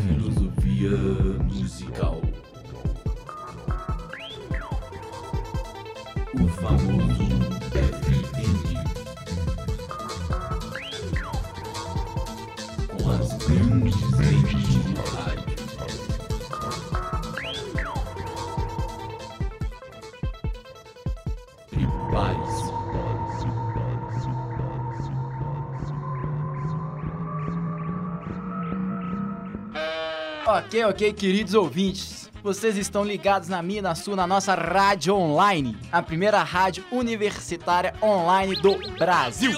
Filosofia musical. O famoso FM. Com as grandes mentes do rádio. Prepare-se. Ok, queridos ouvintes. Vocês estão ligados na minha, na sua, na nossa rádio online. A primeira rádio universitária online do Brasil.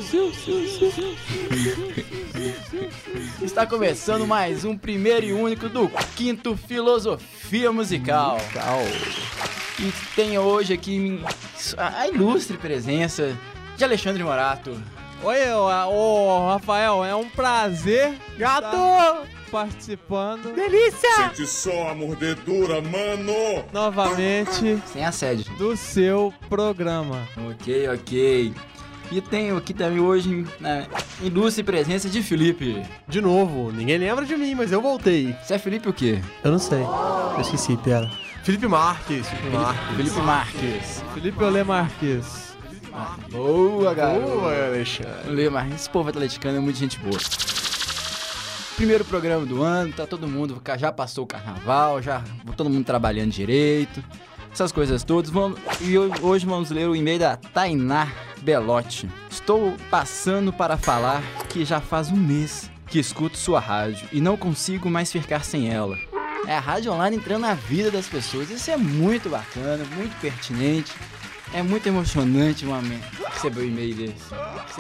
Está começando mais um primeiro e único do quinto Filosofia Musical. E tem hoje aqui a ilustre presença de Alexandre Morato. Oi, Rafael, é um prazer estar participando. Delícia! Sente só a mordedura, mano! Novamente Sem assédio. do seu programa. Ok. E tenho aqui também hoje ilustre presença de Felipe. De novo, ninguém lembra de mim, mas eu voltei. Você é Felipe o quê? Eu não sei. Eu esqueci, pera. Felipe Marques. Felipe Marques. Felipe Olê Marques. Boa, garoto. Boa, Alexandre. Olê Marques. Esse povo atleticano é muito gente boa. Primeiro programa do ano, tá todo mundo, já passou o carnaval, já todo mundo trabalhando direito, essas coisas todas. E hoje vamos ler o e-mail da Tainá Belotti. Estou passando para falar que já faz um mês que escuto sua rádio e não consigo mais ficar sem ela. É a rádio online entrando na vida das pessoas. Isso é muito bacana, muito pertinente. É muito emocionante receber o e-mail desse.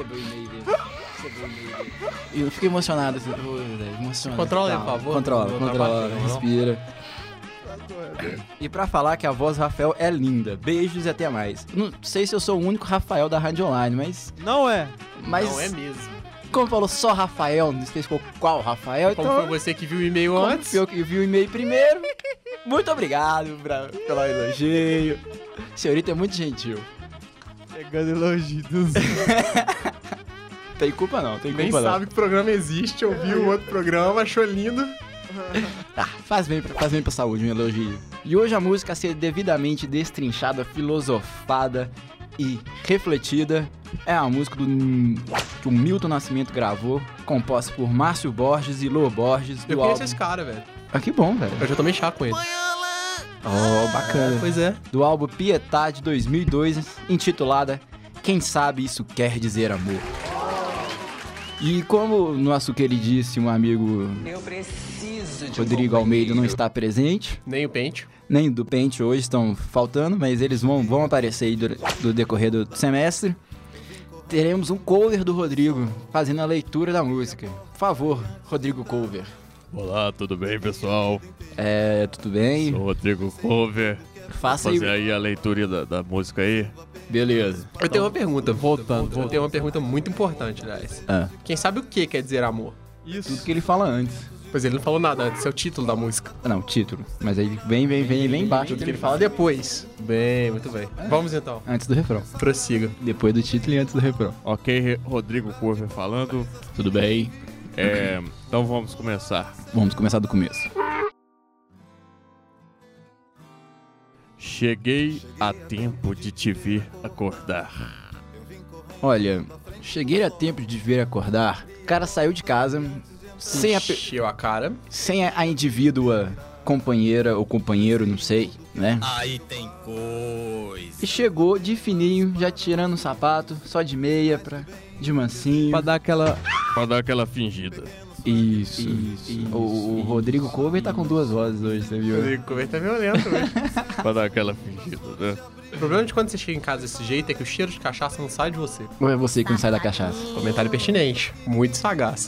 E eu fiquei emocionado. Controla aí, por favor. Controla, respira. E pra falar que a voz do Rafael é linda. Beijos e até mais. Não sei se eu sou o único Rafael da rádio online, mas... Não é. Não é mesmo. Como falou só Rafael, não especificou qual Rafael, Como então... foi você que viu o e-mail antes? Eu vi o e-mail primeiro. Muito obrigado pelo elogio. Senhorita é muito gentil. Pegando elogios. Tem culpa não, tem Nem culpa não. sabe que o programa existe, ouviu o outro programa, achou lindo. Faz bem pra saúde um elogio. E hoje a música a ser devidamente destrinchada, filosofada e refletida é a música que o Milton Nascimento gravou, composta por Márcio Borges e Lô Borges. Eu conheço esse cara, velho. Ah, que bom, velho. Eu já tomei chá com ele. Oh, bacana. Pois é. Do álbum Pietà de 2002, intitulada Quem Sabe Isso Quer Dizer Amor. E como o nosso queridíssimo amigo Rodrigo Almeida não está presente, Nem o pente. nem do Pente hoje estão faltando, mas eles vão aparecer aí do decorrer do semestre, teremos um cover do Rodrigo fazendo a leitura da música. Por favor, Rodrigo Cover. Olá, tudo bem, pessoal? Tudo bem? Sou o Rodrigo Cover. Faça Fazer aí. aí a leitura da música aí. Beleza. Eu tenho uma pergunta. Voltando. Eu tenho uma pergunta muito importante, aliás. Quem sabe o que quer dizer amor? Tudo que ele fala antes. Pois ele não falou nada antes, é o título da música. Não, título. Mas aí vem lá embaixo. Tudo que ele fala depois. Bem, muito bem. Vamos então. Antes do refrão. Prossiga. Depois do título e antes do refrão. Ok, Rodrigo Cover falando. Tudo bem? Então vamos começar. Vamos começar do começo. Cheguei a tempo de te ver acordar. Olha, cheguei a tempo de ver acordar. O cara saiu de casa sem Encheu a cara. a indivídua companheira ou companheiro, não sei, né? Aí tem coisa. E chegou de fininho, já tirando o sapato, só de meia, de mansinho. Pra dar aquela fingida. Isso. O Rodrigo Cover tá com duas vozes hoje, você viu? O Rodrigo Cover tá violento, velho. Pra dar aquela fingida, né? O problema de quando você chega em casa desse jeito é que o cheiro de cachaça não sai de você. Ou é você que não sai da cachaça? Comentário pertinente. Muito sagaz.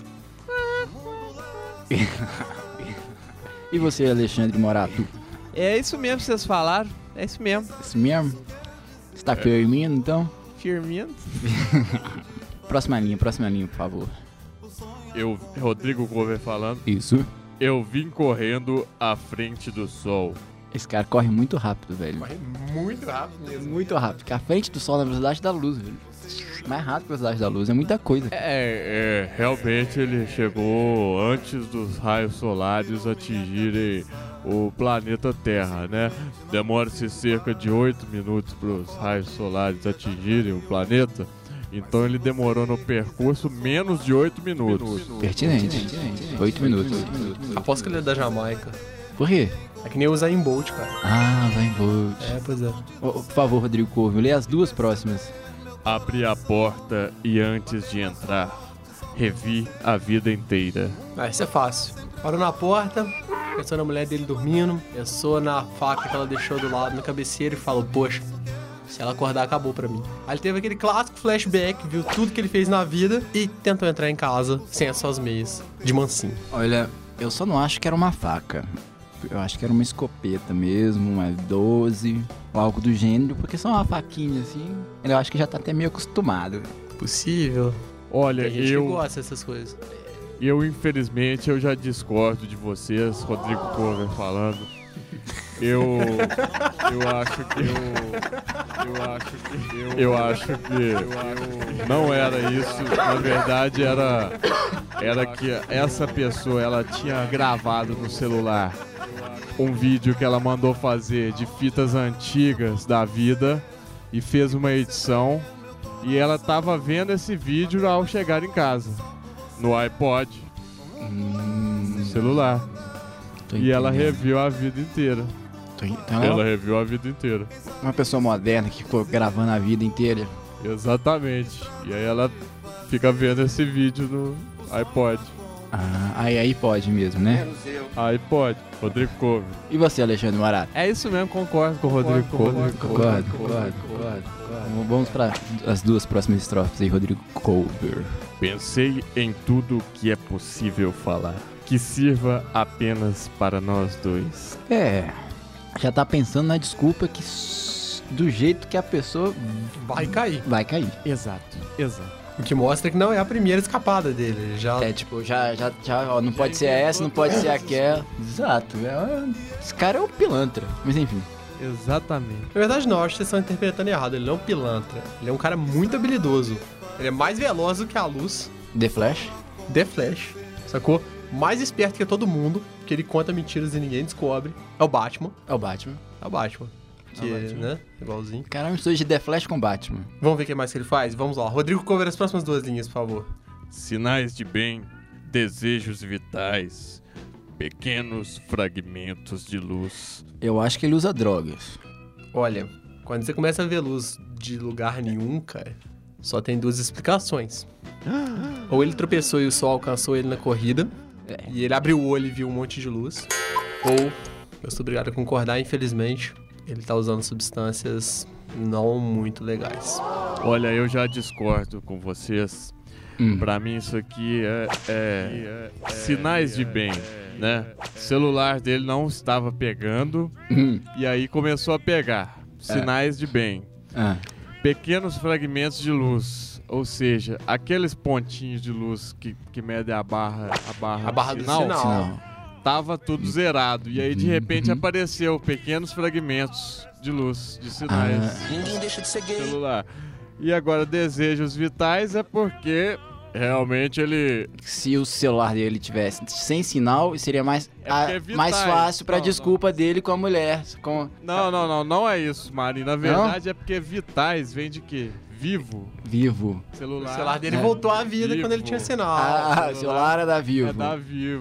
E você, Alexandre Morato? É isso mesmo que vocês falaram. É isso mesmo. Isso mesmo? Você tá firmino, então? Firmino. Próxima linha, por favor. Rodrigo Cover falando. Isso. Eu vim correndo à frente do sol. Esse cara corre muito rápido, velho. Corre muito rápido mesmo. Muito rápido. Porque a frente do sol na velocidade da luz, velho. mais rápido que a velocidade da luz. É muita coisa. Realmente ele chegou antes dos raios solares atingirem o planeta Terra, né? Demora-se cerca de 8 minutos para os raios solares atingirem o planeta. Então ele demorou no percurso menos de 8 minutos. Pertinente. 8 minutos. Aposto que ele é da Jamaica. Por quê? É que nem o Zayn Bolt, cara. Ah, vai embora. É, pois é. Por favor, Rodrigo Corvo, lê as duas próximas. Abri a porta e antes de entrar, revi a vida inteira. Ah, isso é fácil. Parou na porta, pensou na mulher dele dormindo, pensou na faca que ela deixou do lado na cabeceira e falou, poxa, se ela acordar, acabou pra mim. Aí ele teve aquele clássico flashback, viu tudo que ele fez na vida e tentou entrar em casa sem as suas meias, de mansinho. Olha, eu só não acho que era uma faca. Eu acho que era uma escopeta mesmo, uma 12, ou algo do gênero, porque só uma faquinha assim, eu acho que já tá até meio acostumado. Possível. Olha, Tem gente que gosta dessas coisas. Infelizmente, eu já discordo de vocês, Rodrigo Cover falando. Eu acho que não era isso. Na verdade, era que essa pessoa, ela tinha gravado no celular um vídeo que ela mandou fazer de fitas antigas da vida e fez uma edição. E ela tava vendo esse vídeo ao chegar em casa, no iPod, no celular. E ela reviu a vida inteira. Ela reviu a vida inteira. Uma pessoa moderna que ficou gravando a vida inteira. Exatamente. E aí ela fica vendo esse vídeo no iPod. Ah, aí pode mesmo, né? iPod. Rodrigo Cover. E você, Alexandre Morato? É isso mesmo, concordo com o Rodrigo Cover. Concordo. Vamos para as duas próximas estrofes aí, Rodrigo Cover. Pensei em tudo que é possível falar, que sirva apenas para nós dois. Já tá pensando na desculpa que do jeito que a pessoa Vai cair. vai cair. Exato. O que mostra que não é a primeira escapada dele. Ele já... Tipo, ó, não pode ser essa, não pode ser aquela. Exato. Esse cara é um pilantra. Mas enfim. Exatamente. Na verdade não, acho que vocês estão interpretando errado. Ele não é um pilantra. Ele é um cara muito habilidoso. Ele é mais veloz do que a luz. The Flash? The Flash, sacou? Mais esperto que todo mundo, que ele conta mentiras e ninguém descobre. É o Batman. É o Batman. É o Batman. Que, né? Igualzinho. Cara, é um estudo de The Flash com Batman. Vamos ver o que mais que ele faz? Vamos lá. Rodrigo, cover as próximas duas linhas, por favor. Sinais de bem, desejos vitais, pequenos fragmentos de luz. Eu acho que ele usa drogas. Olha, quando você começa a ver luz de lugar nenhum, cara, só tem duas explicações. Ou ele tropeçou e o sol alcançou ele na corrida, e ele abriu o olho e viu um monte de luz. Ou, eu sou obrigado a concordar, infelizmente, ele tá usando substâncias não muito legais. Olha, eu já discordo com vocês. Pra mim isso aqui é sinais de bem, né? O celular dele não estava pegando e aí começou a pegar. Sinais de bem. Pequenos fragmentos de luz, ou seja, aqueles pontinhos de luz que medem a barra do sinal. Tava tudo zerado. E aí, de repente, apareceu pequenos fragmentos de luz, de sinais. Ninguém deixa de ser gay. Celular. E agora, desejos vitais é porque realmente ele... Se o celular dele tivesse sem sinal, seria mais mais fácil pra desculpa dele com a mulher. Não é isso, Mari. Na verdade, é porque vitais vem de quê? Vivo. O celular dele voltou à vida quando ele tinha sinal. O celular é da Vivo. É da Vivo.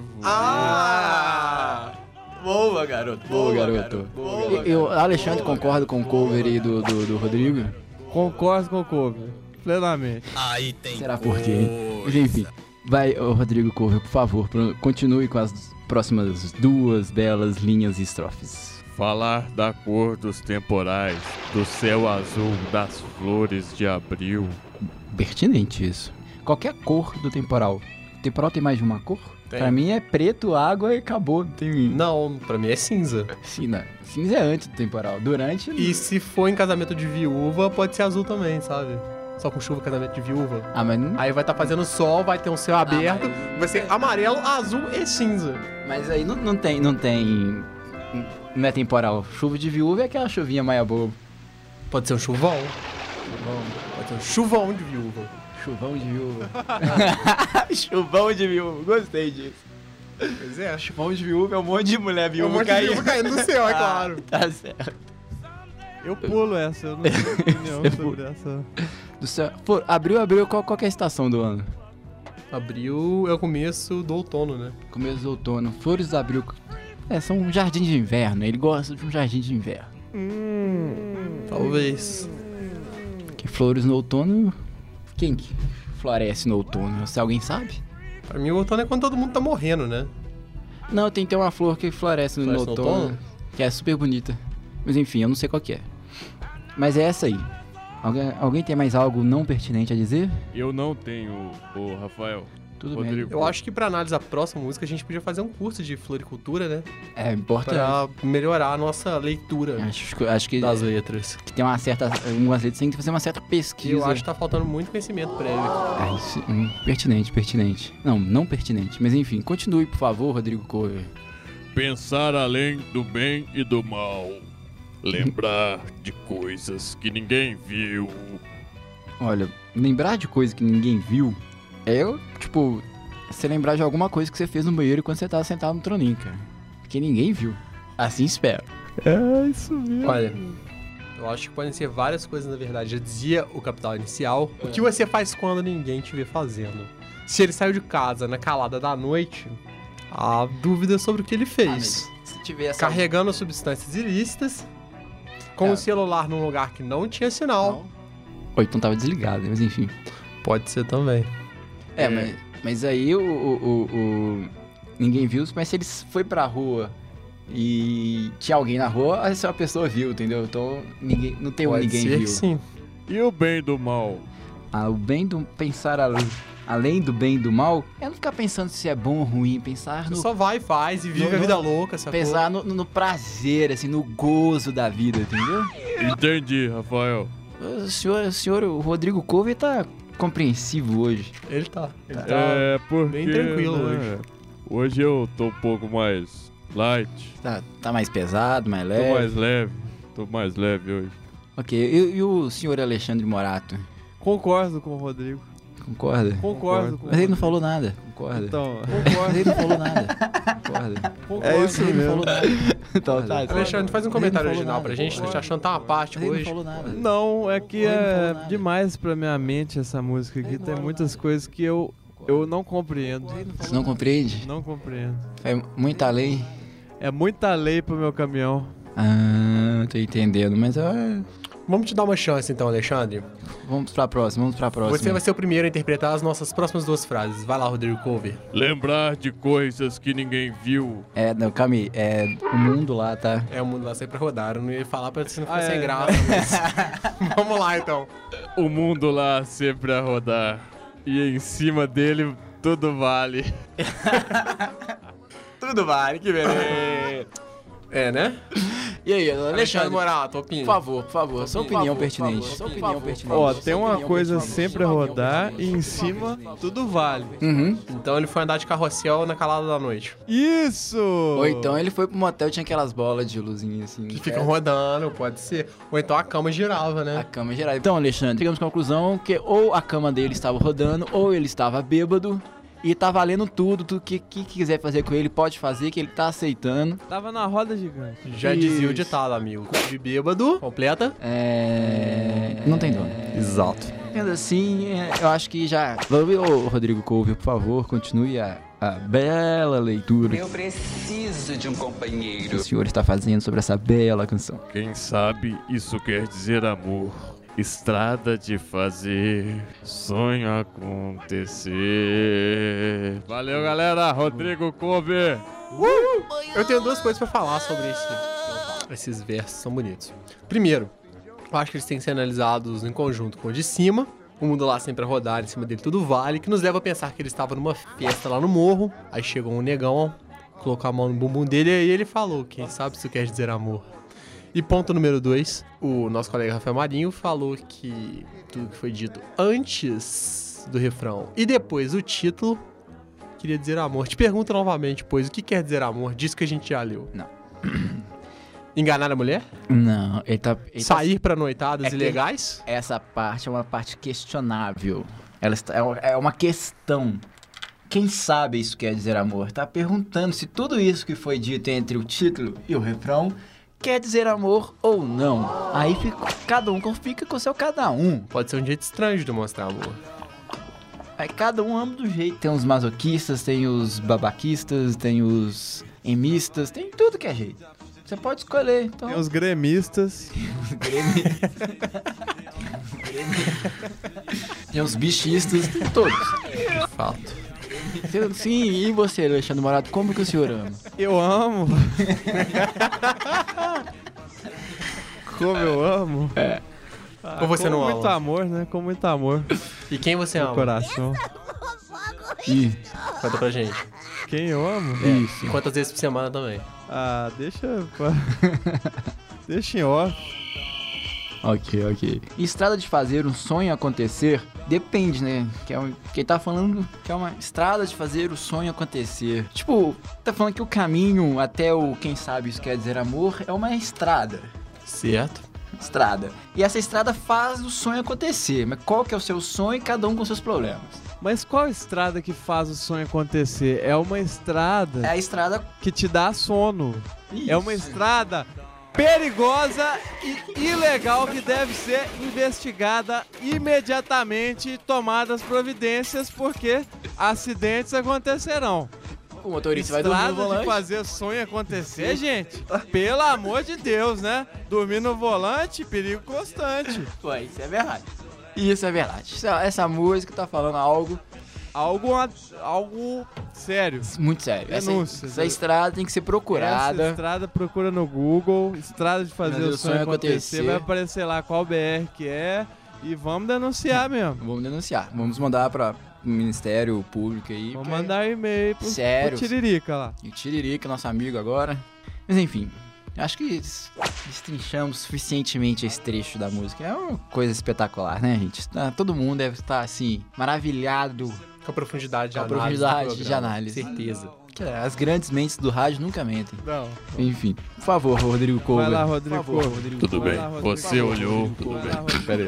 Boa, garoto. Boa, garoto. O Alexandre concorda com o cover aí do Rodrigo? Concordo com o cover. Plenamente. Aí tem Será por quê? Mas enfim. Vai, Rodrigo Cover, por favor, continue com as próximas duas belas linhas e estrofes. Falar da cor dos temporais, do céu azul, das flores de abril. Pertinente isso. Qualquer cor do temporal. O temporal tem mais de uma cor? Tem. Pra mim é preto, água e acabou. Não, pra mim é cinza. Cinza é antes do temporal. Durante... E se for em casamento de viúva, pode ser azul também, sabe? Só com chuva, casamento de viúva. Mas não... Aí vai estar fazendo sol, vai ter um céu aberto, vai ser amarelo, azul e cinza. Mas aí não tem... Não é temporal. Chuva de viúva é aquela chuvinha maia boba. Pode ser um chuvão. Pode ser um chuvão de viúva. Chuvão de viúva. Chuvão de viúva, gostei disso. Pois é. Chuvão de viúva é um monte de mulher Um viúva monte de viúva caindo do céu, é claro. Tá certo. Eu pulo essa, eu não tenho opinião Você sobre essa. Do céu. Pô, abril, qual que é a estação do ano? Abril é o começo do outono, né? Começo do outono. Flores do abril. São um jardim de inverno. Ele gosta de um jardim de inverno. Talvez. Que flores no outono. Quem que floresce no outono? Se alguém sabe? Pra mim, o outono é quando todo mundo tá morrendo, né? Não, tem que ter uma flor que floresce no Floresce no outono, outono? que é super bonita. Mas enfim, eu não sei qual que é. Mas é essa aí. Alguém tem mais algo não pertinente a dizer? Eu não tenho, ô Rafael. Tudo Rodrigo. Eu acho que pra análise da próxima música, a gente podia fazer um curso de floricultura, né? bem. É importante. Pra melhorar a nossa leitura Acho que, das letras. que tem uma certa. Algumas letras tem que fazer uma certa pesquisa. E eu acho que tá faltando muito conhecimento prévio. Pertinente. Não pertinente. Mas enfim, continue, por favor, Rodrigo Cover. Pensar além do bem e do mal. Lembrar de coisas que ninguém viu. Olha, lembrar de coisa que ninguém viu é, tipo, você lembrar de alguma coisa que você fez no banheiro quando você tava sentado no troninho, cara. Que ninguém viu. Assim espero. É isso mesmo. Olha, eu acho que podem ser várias coisas, na verdade. Já dizia o Capital Inicial. O que você faz quando ninguém te vê fazendo? Se ele saiu de casa na calada da noite, há dúvida sobre o que ele fez. Se tiver essa... Carregando substâncias ilícitas, com o celular num lugar que não tinha sinal. Ou então tava desligado, mas enfim. Pode ser também. Mas aí ninguém viu, mas se ele foi pra rua e tinha alguém na rua, essa pessoa viu, entendeu? Então não tem Pode ninguém ser viu. que sim. E o bem do mal? O bem do pensar além do bem e do mal é não ficar pensando se é bom ou ruim, pensar Você no só vai e faz e vive a vida louca, sacou? pensar no prazer, assim, no gozo da vida, entendeu? Entendi, Rafael. O senhor, o Rodrigo Cover tá compreensivo hoje. Ele tá. Ele tá. É porque... bem tranquilo né, hoje eu tô um pouco mais light. Tá mais pesado, mais leve. Tô mais leve hoje. Ok, e o senhor Alexandre Morato? Concordo com o Rodrigo. Concorda? Concordo com o Mas ele não Rodrigo. falou nada. Concorda? Então, Mas ele não falou nada. Concorda? concordo. É isso Ele não mesmo. falou nada. Então, tá. Alexandre, faz um Ele comentário não falou original nada. pra gente, a gente tá achando que tá uma parte Mas ele não hoje. falou nada. Não, é que Ele não falou é nada. demais pra minha mente essa música aqui. Tem muitas coisas que eu não compreendo. Você não compreende? Não compreendo. É muita lei. É muita lei pro meu caminhão. Tô entendendo, mas Vamos te dar uma chance então, Alexandre. vamos pra próxima. Você vai ser o primeiro a interpretar as nossas próximas duas frases. Vai lá, Rodrigo Cover. Lembrar de coisas que ninguém viu. Não, calma aí. O mundo lá, tá? É o mundo lá sempre rodaram. Eu não ia falar pra você não ficar Ah, sem é. graça, mas... Vamos lá, então. O mundo lá sempre a rodar. E em cima dele tudo vale. Tudo vale, que beleza. É, né? E aí, Alexandre Alexandre, Morato, por opina. favor, sua opinião pertinente. Sua opinião pertinente. Ó, tem uma coisa sempre a rodar e em cima tudo vale. Uhum. Então ele foi andar de carrossel na calada da noite. Isso! Ou então ele foi pro motel e tinha aquelas bolas de luzinha assim. Que ficam rodando, pode ser. Ou então a cama girava, A né? cama geral. Então, Alexandre, chegamos à conclusão que ou a cama dele estava rodando, ou ele estava bêbado. E tá valendo tudo que quiser fazer com ele, pode fazer, que ele tá aceitando. Tava na roda gigante. Já dizia o ditado, amigo. De bêbado, completa. Não tem dono. Exato. Sendo assim, eu acho que já... Ô, Rodrigo Cover, por favor, continue a bela leitura Eu preciso de um que companheiro. o senhor está fazendo sobre essa bela canção. Quem sabe isso quer dizer amor. Estrada de fazer sonho acontecer. Valeu, galera. Rodrigo Cover. Eu tenho duas coisas pra falar sobre esses versos, são bonitos. Primeiro, eu acho que eles têm que ser analisados em conjunto com o de cima. O mundo lá sempre a rodar, em cima dele tudo vale, que nos leva a pensar que ele estava numa festa lá no morro. Aí chegou um negão, colocou a mão no bumbum dele e aí ele falou: quem sabe isso quer dizer amor. E ponto número 2, o nosso colega Rafael Marinho falou que tudo que foi dito antes do refrão e depois o título queria dizer amor. Te pergunto novamente, pois, o que quer dizer amor? Diz que a gente já leu. Enganar a mulher? Não, ele tá... Sair pra noitadas É que- ilegais? Essa parte é uma parte questionável. É uma questão. Quem sabe isso quer dizer amor? Tá perguntando se tudo isso que foi dito entre o título e o refrão quer dizer amor ou não. Aí cada um fica com o seu cada um. Pode ser um jeito estranho de demonstrar amor. Aí cada um ama do jeito. Tem os masoquistas, tem os babaquistas, tem os emistas, tem tudo que é jeito. Você pode escolher. Então... Tem os gremistas. Tem os bichistas, tem todos. Fato. Sim, e você, Alexandre Morato, como que o senhor ama? Eu amo. Como eu amo. Ou você não Com ama? muito amor, né? Com muito amor E quem você no ama? coração. Ih, Conta pra gente. Quem eu amo? isso. E quantas vezes por semana também? Ah, deixa em off. Ok. Estrada de fazer um sonho acontecer, depende, né? Quem tá falando que é uma estrada de fazer o sonho acontecer. Tipo, tá falando que o caminho até o quem sabe isso quer dizer amor é uma estrada. Certo. Estrada. E essa estrada faz o sonho acontecer. Mas qual que é o seu sonho, cada um com seus problemas. Mas qual estrada que faz o sonho acontecer? É uma estrada É a estrada... que te dá sono. Isso. É uma estrada perigosa e ilegal que deve ser investigada imediatamente e tomadas providências porque acidentes acontecerão. O motorista vai dormir no Estrada de volante. fazer sonho acontecer, gente. Pelo amor de Deus, né? Dormir no volante, perigo constante. Ué, isso é verdade. Isso é verdade. Essa música tá falando algo Algo sério. muito sério. Denúncias. Essa estrada tem que ser procurada. Essa estrada procura no Google, estrada de fazer o sonho acontecer, vai aparecer lá qual BR que é e vamos denunciar mesmo. Vamos denunciar. Vamos mandar para o Ministério Público aí. Vamos mandar e-mail pro Sério? Tiririca lá. E o Tiririca, nosso amigo agora. Mas enfim, acho que destrinchamos suficientemente esse trecho da música. É uma coisa espetacular, né, gente? Todo mundo deve estar, assim, maravilhado. Com a profundidade de Com a análise. profundidade do de programa. análise. Certeza. Que as grandes mentes do rádio nunca mentem. Não. Enfim, por favor, Rodrigo Cover. Vai lá, Rodrigo. Por favor, Cover. Rodrigo Tudo Cover. bem. Vai lá, Rodrigo. Você olhou. Vai Tudo lá, bem. Rodrigo. Pera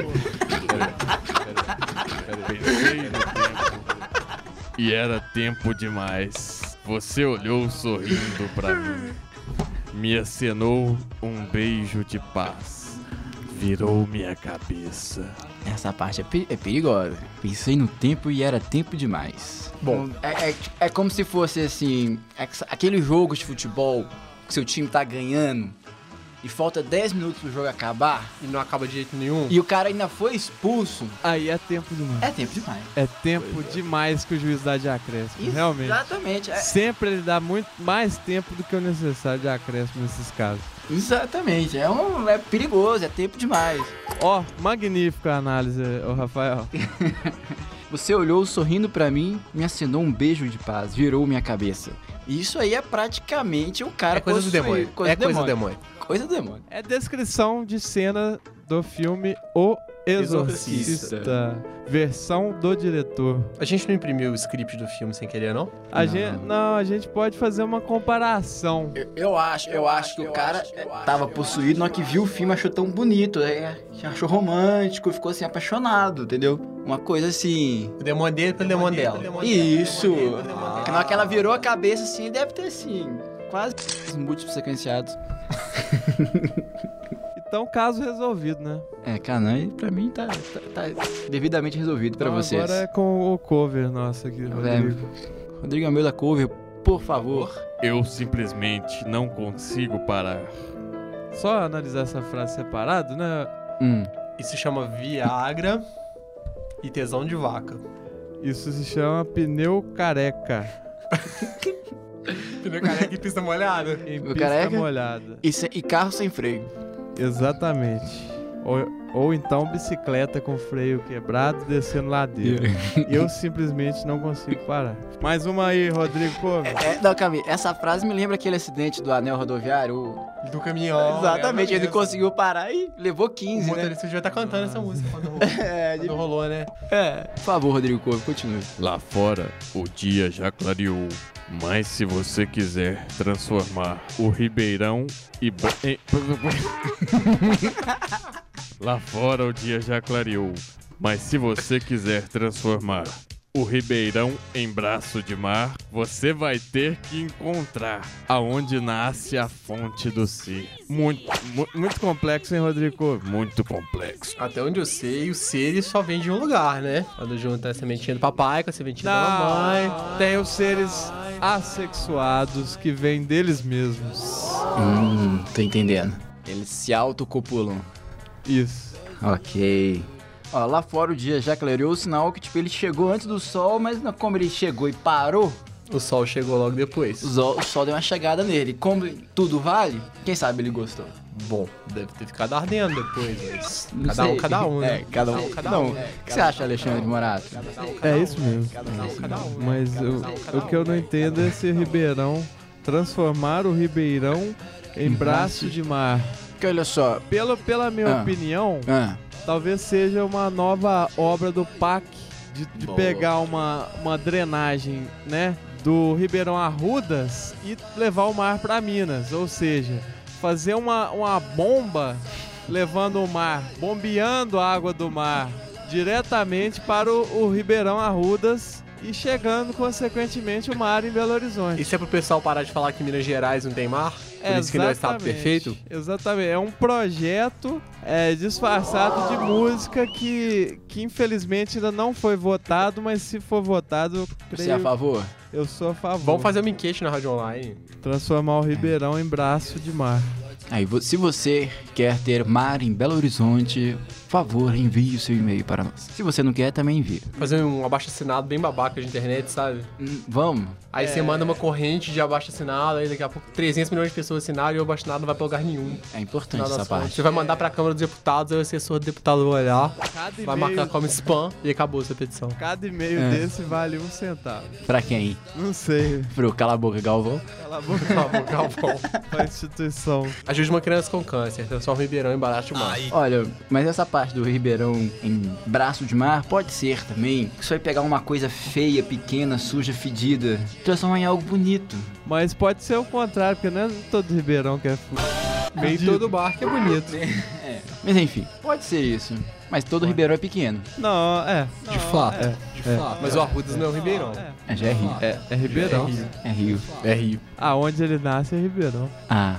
aí. Pensei no tempo. E era tempo demais. Você olhou sorrindo pra mim. Me acenou um beijo de paz. Virou minha cabeça. Essa parte é perigosa. Pensei no tempo e era tempo demais. Bom. É como se fosse assim, aquele jogo de futebol que seu time tá ganhando e falta 10 minutos pro jogo acabar E não acaba de jeito nenhum. e o cara ainda foi expulso. Aí é tempo demais. É tempo demais. É tempo demais que o juiz dá de acréscimo, realmente. Exatamente. Sempre ele dá muito mais tempo do que o necessário de acréscimo nesses casos. Exatamente. É perigoso, é tempo demais. Ó, magnífica a análise, ô Rafael. Você olhou sorrindo pra mim, me acenou um beijo de paz, virou minha cabeça. Isso aí é praticamente um cara É coisa do possuído. demônio. Coisa É do coisa do demônio. demônio. Coisa do demônio. É descrição de cena do filme O Exorcista. Versão do diretor. A gente não imprimiu o script do filme sem querer, não? A gente pode fazer uma comparação. Eu acho que o cara tava possuído na hora que viu o filme, achou tão bonito, achou romântico, ficou assim apaixonado, entendeu? Uma coisa assim. O demônio dele pelo demônio dela. Isso! Que na hora que ela virou a cabeça assim, deve ter assim, quase múltiplos sequenciados. Então, caso resolvido, né? Canã, pra mim tá devidamente resolvido pra Então, vocês. agora é com o cover nosso aqui, Rodrigo. Rodrigo Almeida Cover, por favor. Eu simplesmente não consigo parar. Só analisar essa frase separado, né? Isso se chama Viagra e tesão de vaca. Isso se chama pneu careca. Pneu careca e pista molhada. Em Pneu pista careca? molhada. E carro sem freio. Exatamente. Ou então bicicleta com freio quebrado descendo ladeira. Eu simplesmente não consigo parar. Mais uma aí, Rodrigo Cover. Não, Camille, essa frase me lembra aquele acidente do anel rodoviário. Do caminhão. Exatamente, ele mesmo. conseguiu parar e levou O 15, né? motorista devia estar cantando essa música quando rolou, quando rolou, né? Por favor, Rodrigo Cover, continue. Lá fora, o dia já clareou. Mas se você quiser transformar o Ribeirão e... Lá fora o dia já clareou. Mas se você quiser transformar o Ribeirão em braço de mar, você vai ter que encontrar aonde nasce a fonte do ser. Muito complexo, hein, Rodrigo? Muito complexo. Até onde eu sei, o seres só vem de um lugar, né? Quando junta a sementinha do papai com a sementinha da mamãe. Tem os seres assexuados que vêm deles mesmos. Tô entendendo. Eles se autocopulam. Isso. Ok. Ó, lá fora o dia já clareou, o sinal que, tipo, ele chegou antes do sol, mas como ele chegou e parou, O sol chegou logo depois. o sol deu uma chegada nele. Como tudo vale, quem sabe ele gostou. Bom, deve ter ficado ardendo depois, mas Não cada sei. um, cada um, né? Cada um. O que você acha, Alexandre Morato? É isso mesmo. Mas o que eu não entendo é se Ribeirão transformar o Ribeirão em braço de mar. Porque olha só. Pela minha opinião, talvez seja uma nova obra do PAC de pegar uma drenagem, né, do Ribeirão Arrudas e levar o mar para Minas. Ou seja, fazer uma bomba levando o mar, bombeando a água do mar diretamente para o Ribeirão Arrudas e chegando, consequentemente, o mar em Belo Horizonte. Isso é pro pessoal parar de falar que Minas Gerais não tem mar? Por isso que não é o estado perfeito? Exatamente. É um projeto disfarçado de música que infelizmente ainda não foi votado, mas se for votado, eu creio... Você é a favor? Eu sou a favor. Vamos fazer uma enquete na Rádio Online. Transformar o Ribeirão em braço de mar. Aí, se você quer ter mar em Belo Horizonte, por favor, envie o seu e-mail para nós. Se você não quer, também envia. Fazer um abaixo-assinado bem babaca de internet, sabe? Vamos? Aí você manda uma corrente de abaixo-assinado, aí daqui a pouco 300 milhões de pessoas assinaram e o abaixo-assinado não vai pra lugar nenhum. É importante Final das essa contas. parte. Você vai mandar pra Câmara dos Deputados, aí o assessor do deputado vai olhar, Cada vai e-mail, marcar como spam e acabou a sua petição. cada e-mail desse vale 1 centavo. Pra quem? Não sei. Pro Cala a Boca Galvão? Cala a boca Acabou, Galvão. pra instituição. Ajude uma criança com câncer, transforma o Ribeirão em barato de mar. Olha, mas essa parte do Ribeirão em braço de mar pode ser também que você vai pegar uma coisa feia, pequena, suja, fedida, transformar em algo bonito. Mas pode ser o contrário, porque não é todo Ribeirão que é Nem todo bar que é bonito. Mas enfim, pode ser isso. Mas todo Ribeirão é pequeno. Não, De fato. De fato. Mas o Arrudas não é o Ribeirão. Já é Rio. É Ribeirão. É Rio. É Rio. Aonde ele nasce é Ribeirão. Ah.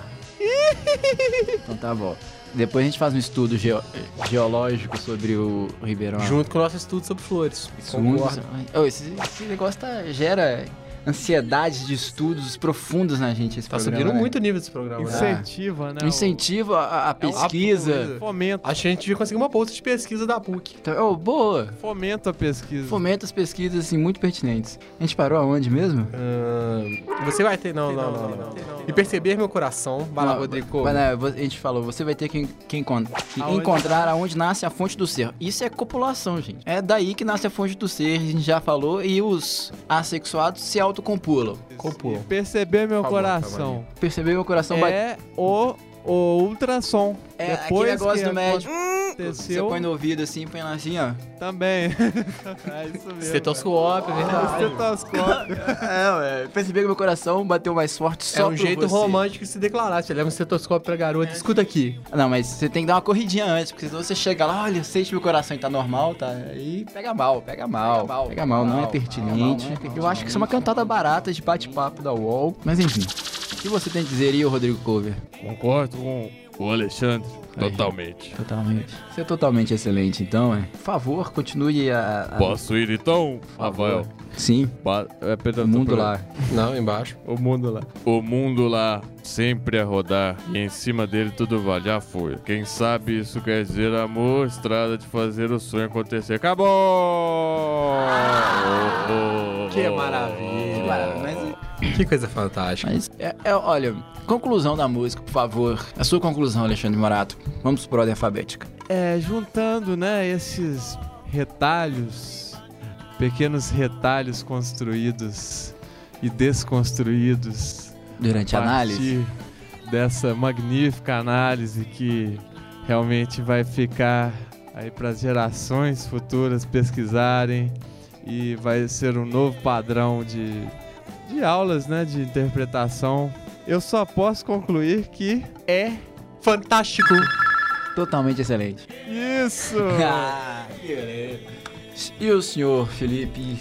Então tá bom. Depois a gente faz um estudo geológico sobre o Ribeirão. Junto com o nosso estudo sobre flores. Concordo. Esse negócio gera ansiedades de estudos profundos na gente, esse Tá programa. subindo né? muito o nível desse programa. né? Incentiva, né? Incentivo a pesquisa. Fomenta. Acho que a gente devia conseguir uma bolsa de pesquisa da PUC. Então, boa. Fomenta a pesquisa. Fomenta as pesquisas, assim, muito pertinentes. A gente parou aonde mesmo? Você vai ter... Não. E perceber meu coração. Vai lá, Não, Rodrigo. a gente falou, você vai ter que encontrar aonde nasce a fonte do ser. Isso é copulação, gente. É daí que nasce a fonte do ser, a gente já falou, e os assexuados se autocompulam. Copulam. Perceber meu Por favor, coração. Percebeu meu coração É o ultrassom. É Depois aquele negócio que do médico. Você aconteceu, põe no ouvido assim, põe lá assim, ó. também. É isso mesmo. Estetoscópio, é verdade. Estetoscópio. Percebeu que meu coração bateu mais forte só É um por jeito você. romântico de se declarar. Você leva um estetoscópio pra garota, escuta aqui. Não, mas você tem que dar uma corridinha antes, porque senão você chega lá, olha, sente meu coração e tá normal, tá? Aí pega mal, não é pertinente. Eu acho que isso é uma cantada barata de bate-papo da UOL. Mas enfim, o que você tem a dizer aí, Rodrigo Cover? Concordo com o Alexandre, totalmente. Totalmente. Você é totalmente excelente, então, Por favor, continue a... Posso ir então, Rafael? Sim, o mundo lá. Não, embaixo. O mundo lá. O mundo lá, sempre a rodar, e em cima dele tudo vale, já foi. Quem sabe isso quer dizer amor, estrada de fazer o sonho acontecer. Acabou! Que maravilha. Que coisa fantástica. Mas, olha, conclusão da música, por favor. A sua conclusão, Alexandre Morato. Vamos por ordem alfabética. Juntando, né, esses retalhos, pequenos retalhos construídos e desconstruídos Durante a análise. partir dessa magnífica análise que realmente vai ficar aí para as gerações futuras pesquisarem e vai ser um novo padrão de de aulas, né, de interpretação. Eu só posso concluir que é Fantástico. Totalmente excelente. isso! Ah, que beleza. E o senhor Felipe?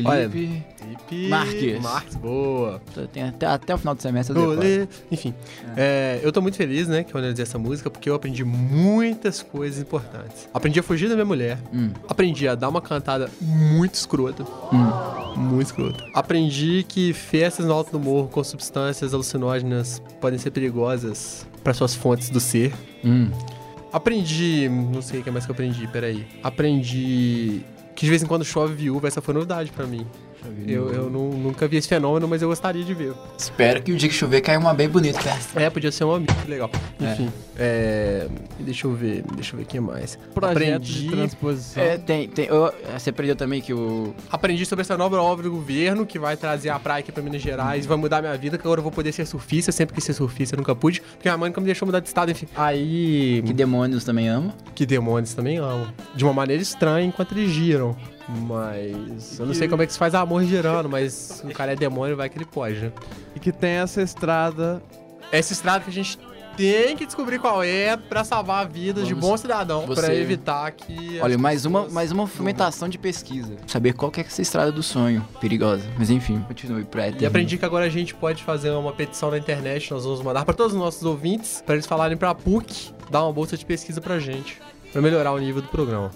Marques. Marques, boa. Tem até o final do semestre eu decoro. Enfim, eu tô muito feliz, né, que eu analisei essa música, porque eu aprendi muitas coisas importantes. Aprendi a fugir da minha mulher. Aprendi a dar uma cantada muito escrota. Muito escrota. Aprendi que festas no alto do morro com substâncias alucinógenas podem ser perigosas para suas fontes do ser. Aprendi... Não sei o que mais que eu aprendi, peraí. Aprendi que de vez em quando chove viúva, essa foi novidade pra mim. Eu nunca vi esse fenômeno, mas eu gostaria de ver. Espero que o dia que chover caia uma bem bonita festa. Podia ser um amigo, legal. Enfim, deixa eu ver o que mais. Projeto de transposição. Você aprendeu também que o... Aprendi sobre essa nova obra do governo, que vai trazer a praia aqui pra Minas Gerais, vai mudar minha vida, que agora eu vou poder ser surfista, sempre quis ser surfista, nunca pude, porque minha mãe nunca me deixou mudar de estado, enfim. Aí... Que demônios também amo. Que demônios também amo. De uma maneira estranha, enquanto eles giram. Mas eu não sei como é que se faz amor girando, mas se o cara é demônio, vai que ele pode, né? E que tem essa estrada. Essa estrada que a gente tem que descobrir qual é pra salvar vidas de bom cidadão, pra evitar que... Olha, mais uma fomentação de pesquisa. Saber qual que é essa estrada do sonho. Perigosa. Mas enfim, continue pra E aprendi que agora a gente pode fazer uma petição na internet, nós vamos mandar pra todos os nossos ouvintes, pra eles falarem pra PUC dar uma bolsa de pesquisa pra gente, pra melhorar o nível do programa.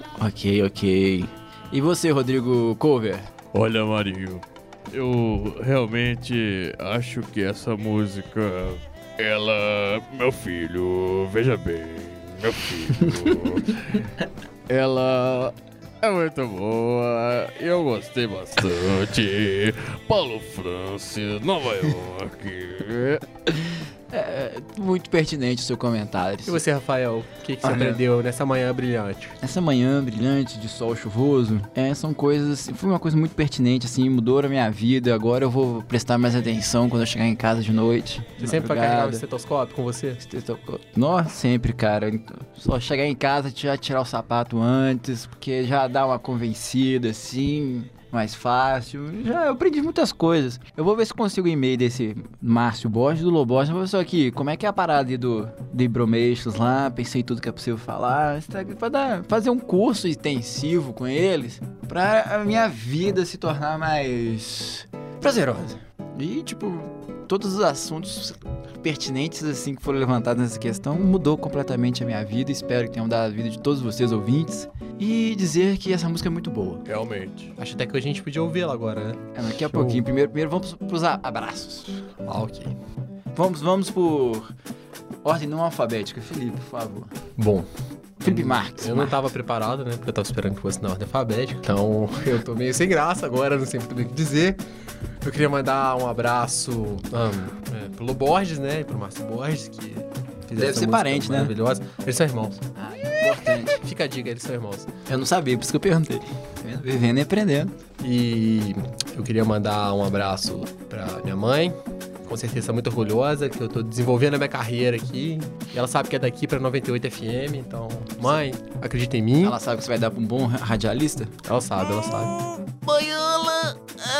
Ok. E você, Rodrigo Cover? Olha, Marinho, eu realmente acho que essa música, meu filho, veja bem, meu filho, ela é muito boa, eu gostei bastante. Paulo Francis, Nova York. Muito pertinente o seu comentário. E você, Rafael, o que você aprendeu nessa manhã brilhante? Essa manhã brilhante de sol chuvoso, são coisas... Foi uma coisa muito pertinente, assim, mudou a minha vida. Agora eu vou prestar mais atenção quando eu chegar em casa de noite. Você sempre vai carregar o estetoscópio com você? Nossa, sempre, cara. Só chegar em casa e já tirar o sapato antes, porque já dá uma convencida, assim... mais fácil. Já eu aprendi muitas coisas. Eu vou ver se consigo o e-mail desse Márcio Borges, do Loborges. Eu vou ver só aqui, como é que é a parada aí do Ibromeixos lá, pensei tudo que é possível falar, pra fazer um curso intensivo com eles, pra a minha vida se tornar mais prazerosa. E, tipo, todos os assuntos pertinentes, assim, que foram levantados nessa questão, mudou completamente a minha vida. Espero que tenham dado a vida de todos vocês ouvintes. E dizer que essa música é muito boa. Realmente. Acho até que a gente podia ouvi-la agora, né? Daqui a pouquinho. Primeiro vamos pros abraços. Ok. Vamos por ordem não alfabética. Felipe, por favor. Bom. Felipe Marques. Eu não tava preparado, né? Porque eu tava esperando que fosse na ordem alfabética. Então, eu tô meio sem graça agora, não sei muito bem o que dizer. Eu queria mandar um abraço pro Borges, né? E pro Márcio Borges, que fizeram Deve ser parente, né? Maravilhosa. Eles são irmãos. Importante. Fica a dica, eles são irmãos. Eu não sabia, por isso que eu perguntei. Vivendo e aprendendo. E eu queria mandar um abraço pra minha mãe. Com certeza tá muito orgulhosa que eu tô desenvolvendo a minha carreira aqui. E ela sabe que é daqui pra 98 FM, então... Mãe, acredita em mim. Ela sabe que você vai dar pra um bom radialista? Ela sabe. Boiola!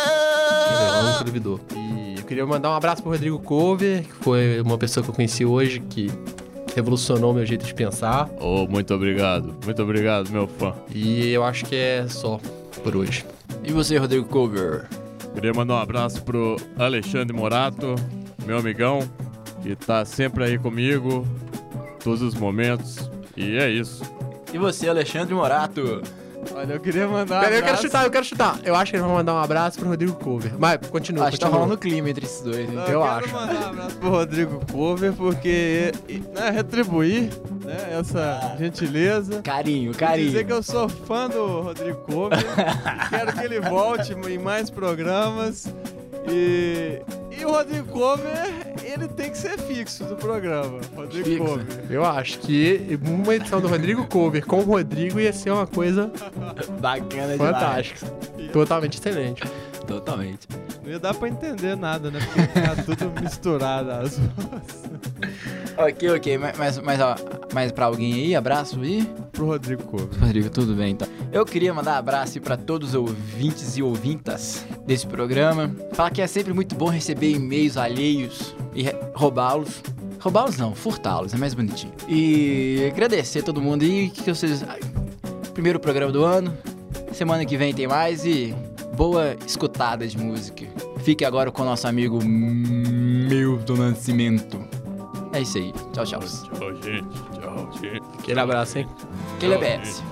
Ela nunca duvidou. E eu queria mandar um abraço pro Rodrigo Cover, que foi uma pessoa que eu conheci hoje, que revolucionou meu jeito de pensar. Oh, muito obrigado, meu fã. E eu acho que é só por hoje. E você, Rodrigo Cover? Queria mandar um abraço pro Alexandre Morato, meu amigão, que tá sempre aí comigo, todos os momentos. E é isso. E você, Alexandre Morato? Olha, eu queria mandar Peraí, eu quero chutar. Eu acho que ele vai mandar um abraço pro Rodrigo Cover. Mas, continua. Acho que tá rolando clima entre esses dois, hein? Eu acho. Quero mandar um abraço pro Rodrigo Cover, porque retribuir, né, essa gentileza. Carinho. Dizer que eu sou fã do Rodrigo Cover. Quero que ele volte em mais programas. E o Rodrigo Cover, ele tem que ser fixo do programa. Rodrigo Cover. Eu acho que uma edição do Rodrigo Cover com o Rodrigo ia ser uma coisa bacana, fantástica. Totalmente excelente. Totalmente. Não ia dar pra entender nada, né? Porque tá tudo misturado as vozes. Ok. Mas pra alguém aí, abraço aí? Pro Rodrigo Cover. Rodrigo, tudo bem então. Eu queria mandar abraço pra todos os ouvintes e ouvintas desse programa. Falar que é sempre muito bom receber e-mails alheios e roubá-los. Roubá-los não, furtá-los, é mais bonitinho. E agradecer a todo mundo aí, que vocês... Primeiro programa do ano, semana que vem tem mais e boa escutada de música. Fique agora com o nosso amigo Milton Nascimento. É isso aí, tchau, tchau. Tchau, gente. Tchau, gente. Aquele abraço, hein? Aquele ABS.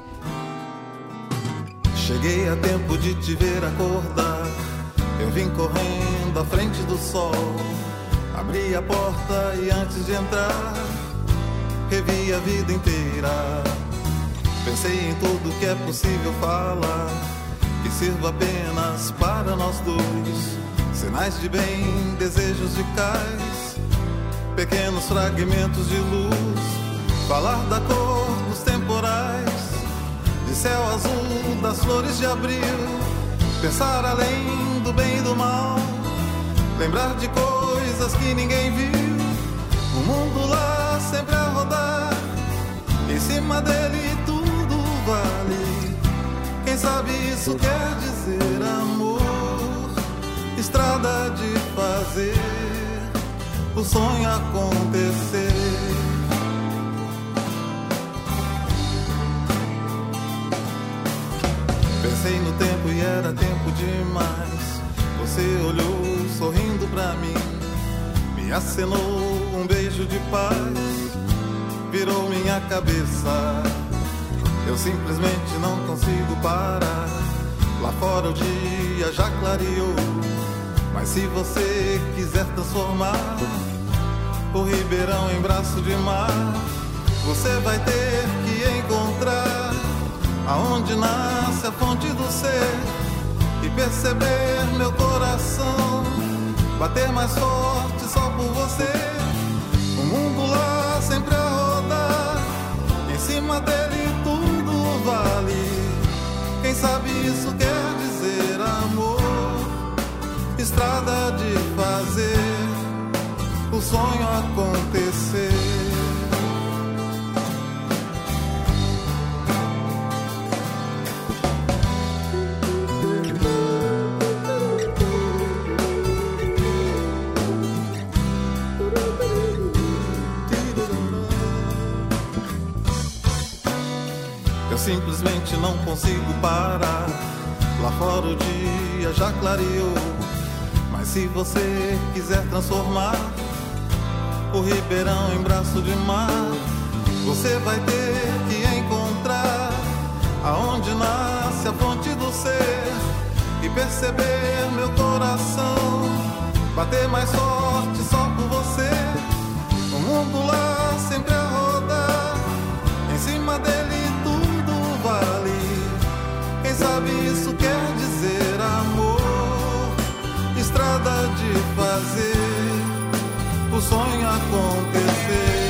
Cheguei a tempo de te ver acordar. Eu vim correndo à frente do sol. Abri a porta e antes de entrar, revi a vida inteira. Pensei em tudo que é possível falar, que sirva apenas para nós dois. Sinais de bem, desejos de cais, pequenos fragmentos de luz. Falar da cor dos temporais, de céu azul, das flores de abril. Pensar além do bem e do mal, lembrar de coisas que ninguém viu. O mundo lá sempre a rodar, em cima dele tudo vale. Quem sabe isso quer dizer amor, estrada de fazer o sonho acontecer. Pensei no tempo e era tempo demais. Você olhou sorrindo pra mim, me acenou um beijo de paz, virou minha cabeça. Eu simplesmente não consigo parar. Lá fora o dia já clareou, mas se você quiser transformar o Ribeirão em braço de mar, você vai ter que encontrar aonde nasce a fonte do ser e perceber meu coração bater mais forte só por você. O mundo lá sempre a rodar, em cima dele tudo vale. Quem sabe isso quer dizer amor, estrada de fazer o sonho acontecer. Simplesmente não consigo parar. Lá fora o dia já clareou, mas se você quiser transformar o Ribeirão em braço de mar, você vai ter que encontrar aonde nasce a fonte do ser e perceber meu coração bater mais forte só por você. O mundo lá sempre a rodar, em cima dele vale. Quem sabe isso quer dizer amor, estrada de fazer o sonho acontecer.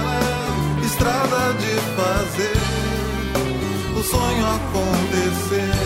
Estrada de fazer o sonho acontecer.